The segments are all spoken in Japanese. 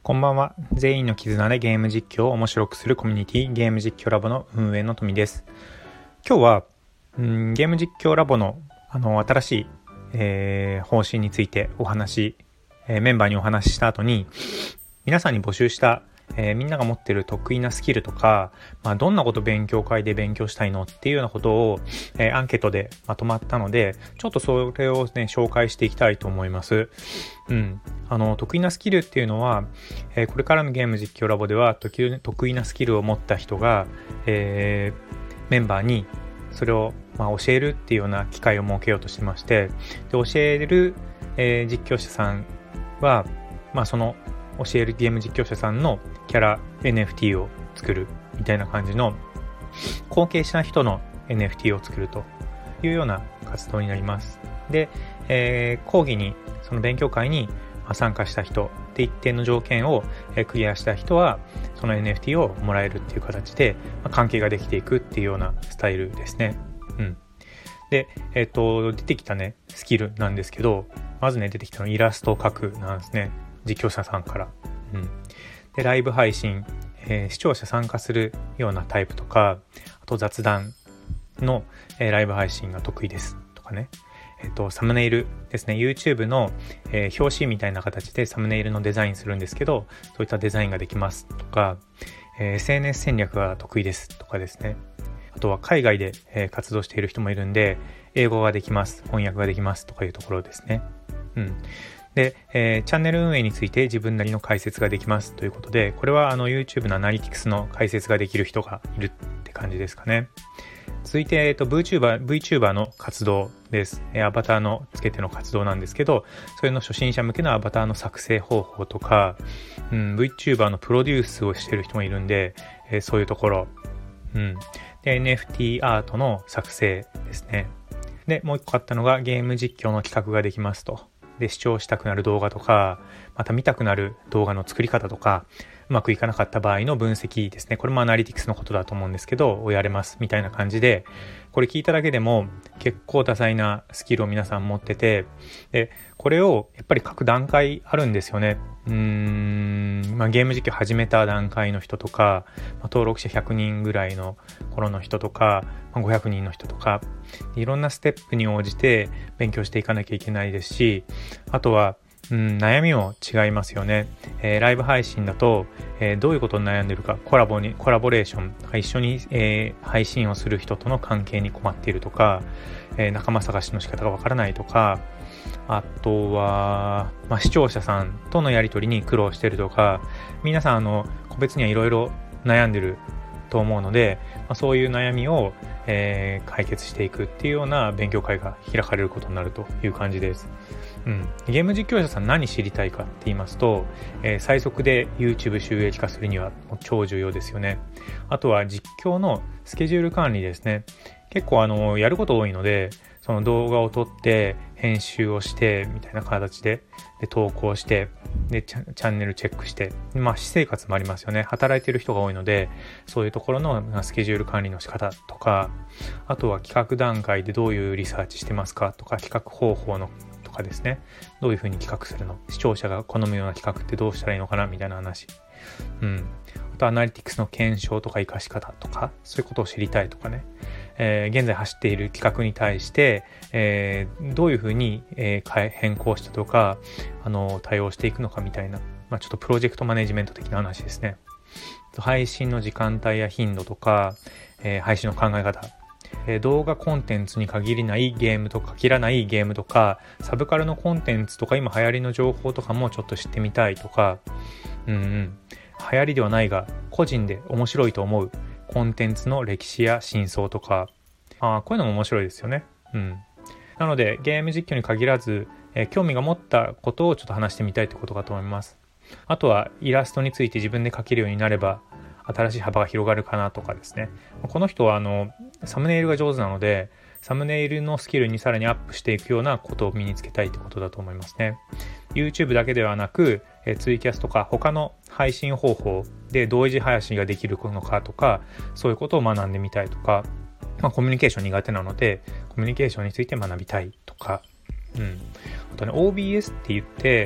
こんばんは。全員の絆でゲーム実況を面白くするコミュニティゲーム実況ラボの運営の富です。今日はゲーム実況ラボの新しい、方針についてメンバーにお話しした後に皆さんに募集した、みんなが持っている得意なスキルとか、どんなこと勉強会で勉強したいのっていうようなことを、アンケートでまとまったので、ちょっとそれをね紹介していきたいと思います。得意なスキルっていうのは、これからのゲーム実況ラボでは得意なスキルを持った人が、メンバーにそれを教えるっていうような機会を設けようとしてまして、で教える、実況者さんは、その教えるゲーム実況者さんのキャラ NFT を作るみたいな感じの後継者人の NFT を作るというような活動になります。で、講義にその勉強会に参加した人で一定の条件をクリアした人はその NFT をもらえるっていう形で関係ができていくっていうようなスタイルですね。で、出てきたねスキルなんですけど、まずね出てきたのイラストを描くなんですね。実況者さんから。でライブ配信、視聴者参加するようなタイプとか、あと雑談の、ライブ配信が得意ですとかね。サムネイルですね。 YouTube の、表紙みたいな形でサムネイルのデザインするんですけど、そういったデザインができますとか、SNS 戦略が得意ですとかですね。あとは海外で、活動している人もいるんで、英語ができます、翻訳ができますとかいうところですね。で、チャンネル運営について自分なりの解説ができますということで、これはYouTube のアナリティクスの解説ができる人がいるって感じですかね。続いて、VTuber の活動です。アバターのつけての活動なんですけど、それの初心者向けのアバターの作成方法とか、VTuber のプロデュースをしている人もいるんで、そういうところ、で NFT アートの作成ですね。でもう一個あったのがゲーム実況の企画ができますと。で視聴したくなる動画とか、また見たくなる動画の作り方とか、うまくいかなかった場合の分析ですね。これもアナリティクスのことだと思うんですけど、をやれますみたいな感じで、これ聞いただけでも結構多彩なスキルを皆さん持ってて、でこれをやっぱり各段階あるんですよね。ゲーム実況始めた段階の人とか、登録者100人ぐらいの頃の人とか、500人の人とか、いろんなステップに応じて勉強していかなきゃいけないですし、あとは悩みも違いますよね。ライブ配信だと、どういうことに悩んでるか、コラボレーション、一緒に、配信をする人との関係に困っているとか、仲間探しの仕方がわからないとか、あとは、視聴者さんとのやり取りに苦労してるとか、皆さん個別にはいろいろ悩んでると思うので、そういう悩みを、解決していくっていうような勉強会が開かれることになるという感じです。ゲーム実況者さん何知りたいかって言いますと、最速で YouTube 収益化するには超重要ですよね。あとは実況のスケジュール管理ですね。結構やること多いので、その動画を撮って編集をしてみたいな形で投稿して、でチャンネルチェックして、私生活もありますよね。働いてる人が多いので、そういうところのスケジュール管理の仕方とか、あとは企画段階でどういうリサーチしてますかとか、企画方法のとかですね、どういうふうに企画するの、視聴者が好むような企画ってどうしたらいいのかなみたいな話、あとアナリティクスの検証とか活かし方とか、そういうことを知りたいとかね、現在走っている企画に対して、どういうふうに、変更したとか対応していくのかみたいな、ちょっとプロジェクトマネジメント的な話ですね。配信の時間帯や頻度とか、配信の考え方、動画コンテンツに限らないゲームとか、サブカルのコンテンツとか、今流行りの情報とかもちょっと知ってみたいとか、流行りではないが個人で面白いと思うコンテンツの歴史や真相とか、こういうのも面白いですよね。なのでゲーム実況に限らず、興味が持ったことをちょっと話してみたいということかと思います。あとはイラストについて自分で描けるようになれば新しい幅が広がるかなとかですね。この人はサムネイルが上手なので、サムネイルのスキルにさらにアップしていくようなことを身につけたいってことだと思いますね。YouTube だけではなく、ツイキャスとか他の配信方法で同時配信ができるのかとか、そういうことを学んでみたいとか、コミュニケーション苦手なのでコミュニケーションについて学びたいとか、あとね OBS って言って、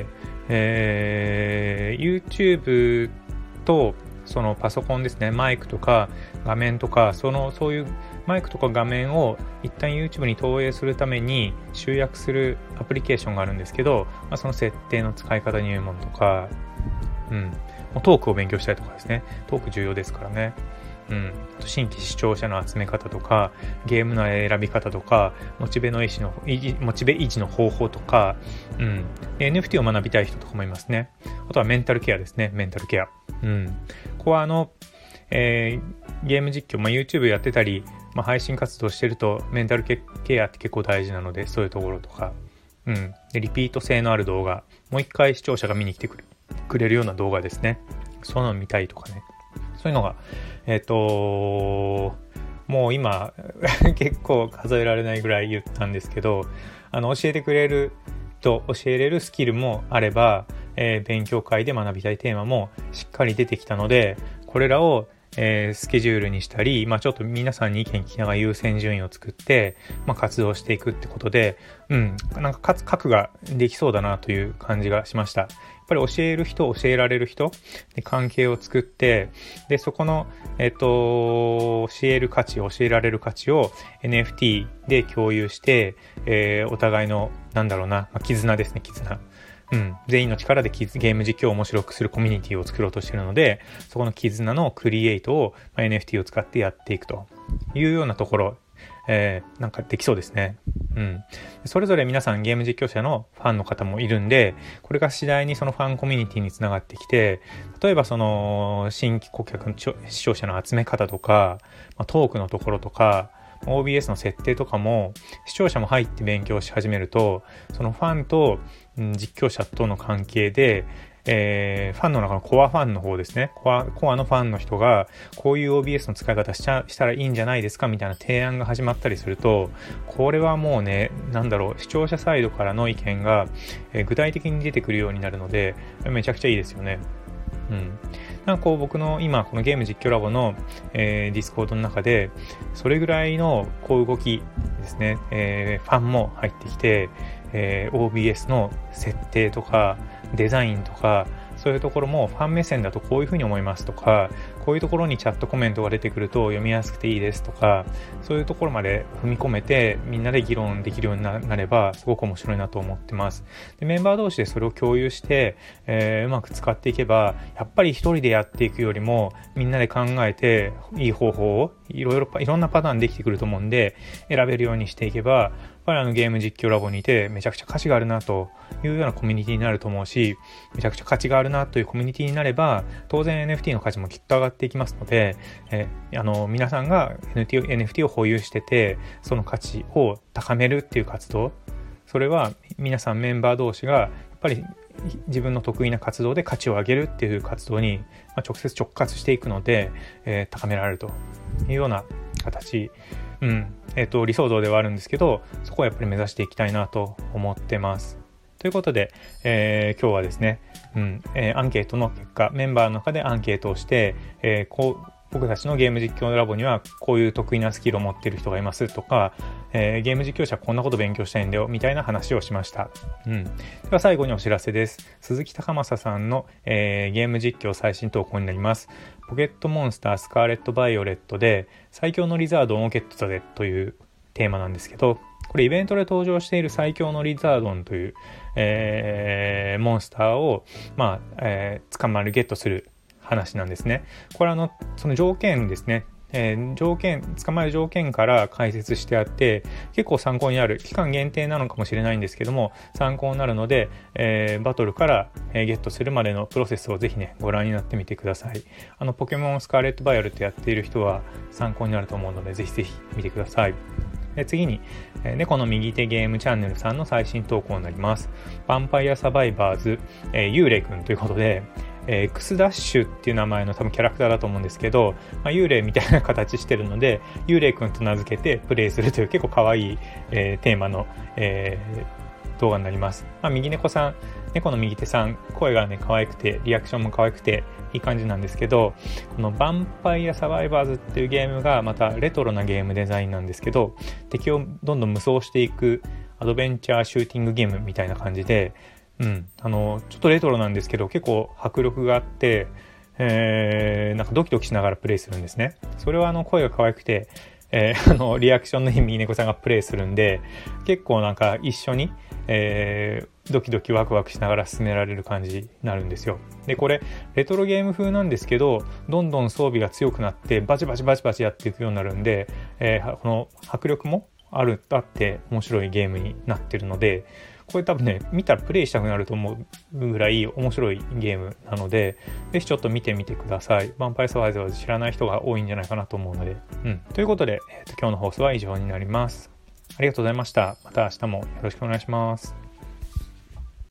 YouTube とそのパソコンですね、マイクとか画面とか、そういうマイクとか画面を一旦 YouTube に投影するために集約するアプリケーションがあるんですけど、その設定の使い方入門とか、もうトークを勉強したりとかですね。トーク重要ですからね。新規視聴者の集め方とか、ゲームの選び方とか、モチベ維持の方法とか、NFT を学びたい人とかもいますね。あとはメンタルケアですね。メンタルケア。ここはゲーム実況、YouTube やってたり、配信活動してるとメンタルケアって結構大事なので、そういうところとか、でリピート性のある動画、もう一回視聴者が見に来てくれるような動画ですね。そういうのを見たいとかね。そういうのが、もう今結構数えられないぐらい言ったんですけど、教えてくれると教えれるスキルもあれば、勉強会で学びたいテーマもしっかり出てきたので、これらをスケジュールにしたり、ちょっと皆さんに意見聞きながら優先順位を作って、活動していくってことで、なんか核ができそうだなという感じがしました。やっぱり教える人、教えられる人で関係を作って、でそこの教えられる価値を NFT で共有して、お互いの絆ですね、絆。全員の力でゲーム実況を面白くするコミュニティを作ろうとしているので、そこの絆のクリエイトを、NFT を使ってやっていくというようなところ、なんかできそうですね。それぞれ皆さんゲーム実況者のファンの方もいるんで、これが次第にそのファンコミュニティにつながってきて、例えばその新規顧客の視聴者の集め方とか、トークのところとか、OBS の設定とかも視聴者も入って勉強し始めると、そのファンと実況者との関係で、ファンの中のコアファンの方ですね、コアのファンの人がこういう OBS の使い方したらいいんじゃないですかみたいな提案が始まったりすると、これはもうね、視聴者サイドからの意見が、具体的に出てくるようになるので、めちゃくちゃいいですよね。なんか僕の今このゲーム実況ラボの、ディスコードの中でそれぐらいの動きですね、ファンも入ってきて、OBS の設定とかデザインとか、そういうところもファン目線だとこういうふうに思いますとか、こういうところにチャットコメントが出てくると読みやすくていいですとか、そういうところまで踏み込めてみんなで議論できるようになればすごく面白いなと思ってます。でメンバー同士でそれを共有して、うまく使っていけば、やっぱり一人でやっていくよりもみんなで考えていい方法をいろんなパターンできてくると思うんで、選べるようにしていけば、やっぱりゲーム実況ラボにいてめちゃくちゃ価値があるなというようなコミュニティになると思うし、めちゃくちゃ価値があるなというコミュニティになれば、当然 NFT の価値もきっと上がっていきますので、皆さんが NFT を保有してて、その価値を高めるっていう活動、それは皆さんメンバー同士がやっぱり自分の得意な活動で価値を上げるっていう活動に直接直轄していくので、高められるというような形、理想像ではあるんですけど、そこはやっぱり目指していきたいなと思ってます。ということで、今日はですね、アンケートの結果、メンバーの中でアンケートをして、僕たちのゲーム実況ラボにはこういう得意なスキルを持っている人がいますとか、ゲーム実況者こんなこと勉強したいんだよみたいな話をしました。では最後にお知らせです。鈴木高政さんの、ゲーム実況最新投稿になります。ポケットモンスタースカーレットバイオレットで最強のリザードンをゲットだぜというテーマなんですけど、これイベントで登場している最強のリザードンという、モンスターを、捕まるゲットする話なんですね。これその条件ですね、捕まえる条件から解説してあって、結構参考になる、期間限定なのかもしれないんですけども参考になるので、バトルから、ゲットするまでのプロセスをぜひねご覧になってみてください。ポケモンスカーレットバイオレットやっている人は参考になると思うので、ぜひぜひ見てください。次に、猫の右手ゲームチャンネルさんの最新投稿になります。ヴァンパイアサバイバーズ、幽霊くんということで、X ダッシュっていう名前の多分キャラクターだと思うんですけど、幽霊みたいな形してるので幽霊くんと名付けてプレイするという結構可愛い、テーマの、動画になります。右猫さん、猫の右手さん、声がね可愛くてリアクションも可愛くていい感じなんですけど、このヴァンパイアサバイバーズっていうゲームがまたレトロなゲームデザインなんですけど、敵をどんどん無双していくアドベンチャーシューティングゲームみたいな感じで、 ちょっとレトロなんですけど結構迫力があって、なんかドキドキしながらプレイするんですね。それは声が可愛くて、リアクションのいい右猫さんがプレイするんで、結構なんか一緒に、ドキドキワクワクしながら進められる感じになるんですよ。で、これレトロゲーム風なんですけど、どんどん装備が強くなってバチバチバチバチやっていくようになるんで、この迫力もあって面白いゲームになってるので、これ多分ね、見たらプレイしたくなると思うぐらい面白いゲームなので、ぜひちょっと見てみてください。ヴァンパイアサバイバーズ知らない人が多いんじゃないかなと思うので。ということで、今日の放送は以上になります。ありがとうございました。また明日もよろしくお願いします。